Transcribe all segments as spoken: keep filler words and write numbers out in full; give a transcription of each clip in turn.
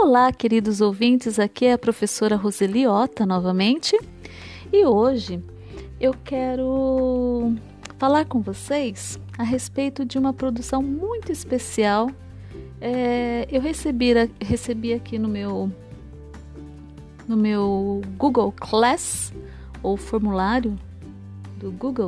Olá, queridos ouvintes, aqui é a professora Roseli Ota novamente e hoje eu quero falar com vocês a respeito de uma produção muito especial. É, eu recebi, recebi aqui no meu, no meu Google Class, ou formulário do Google,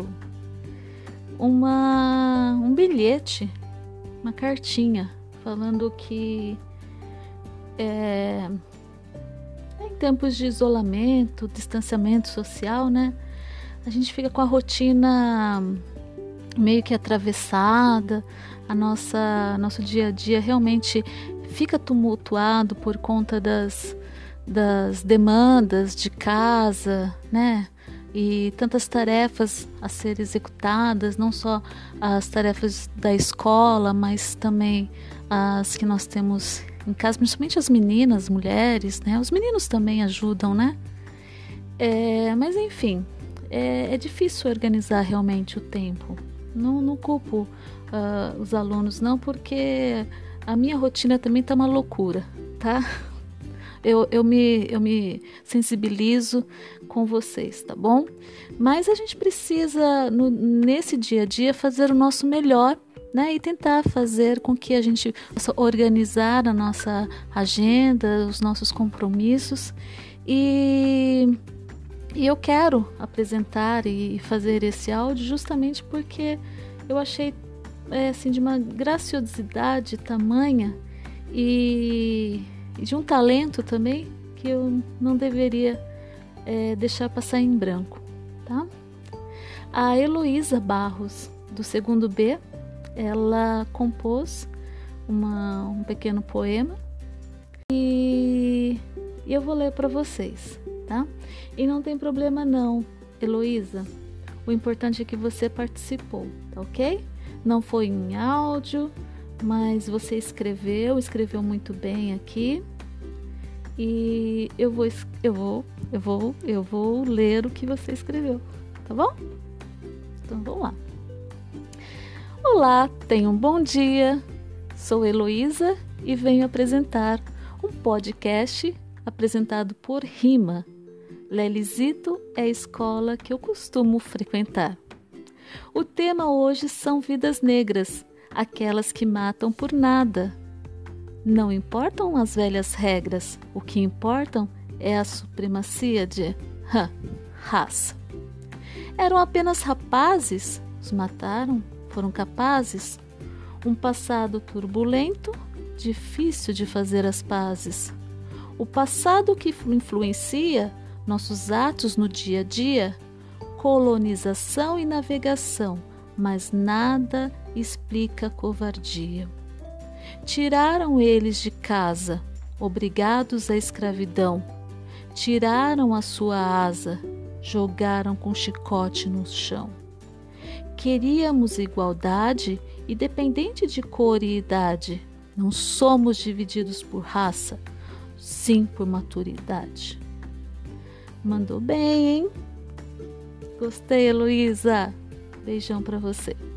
uma, um bilhete, uma cartinha falando que É, em tempos de isolamento, distanciamento social, né? A gente fica com a rotina meio que atravessada, a nossa nosso dia a dia realmente fica tumultuado por conta das, das demandas de casa, né? E tantas tarefas a ser executadas, não só as tarefas da escola, mas também as que nós temos em casa, principalmente as meninas, mulheres, né? Os meninos também ajudam, né? É, mas enfim, é, é difícil organizar realmente o tempo. Não, não culpo uh, os alunos, não, porque a minha rotina também tá uma loucura, tá? Eu, eu, me, eu me sensibilizo com vocês, tá bom? Mas a gente precisa, no, nesse dia a dia, fazer o nosso melhor, né, e tentar fazer com que a gente possa organizar a nossa agenda, os nossos compromissos. E, e eu quero apresentar e fazer esse áudio justamente porque eu achei é, assim, de uma graciosidade tamanha e, e de um talento também que eu não deveria é, deixar passar em branco, tá? A Heloísa Barros, do segundo B, ela compôs uma, um pequeno poema e, e eu vou ler para vocês, tá? E não tem problema não, Heloísa. O importante é que você participou, tá ok? Não foi em áudio, mas você escreveu, escreveu muito bem aqui. E eu vou, eu vou, eu vou, eu vou ler o que você escreveu, tá bom? Então vamos lá. Olá, tenha um bom dia. Sou Heloísa e venho apresentar um podcast apresentado por Rima. Lelizito é a escola que eu costumo frequentar. O tema hoje são vidas negras, aquelas que matam por nada. Não importam as velhas regras, o que importam é a supremacia de hã, raça. Eram apenas rapazes, os mataram. Foram capazes, um passado turbulento, difícil de fazer as pazes. O passado que influencia nossos atos no dia a dia, colonização e navegação, mas nada explica a covardia. Tiraram eles de casa, obrigados à escravidão, tiraram a sua asa, jogaram com chicote no chão. Queríamos igualdade, independente de cor e idade. Não somos divididos por raça, sim por maturidade. Mandou bem, hein? Gostei, Heloísa. Beijão pra você.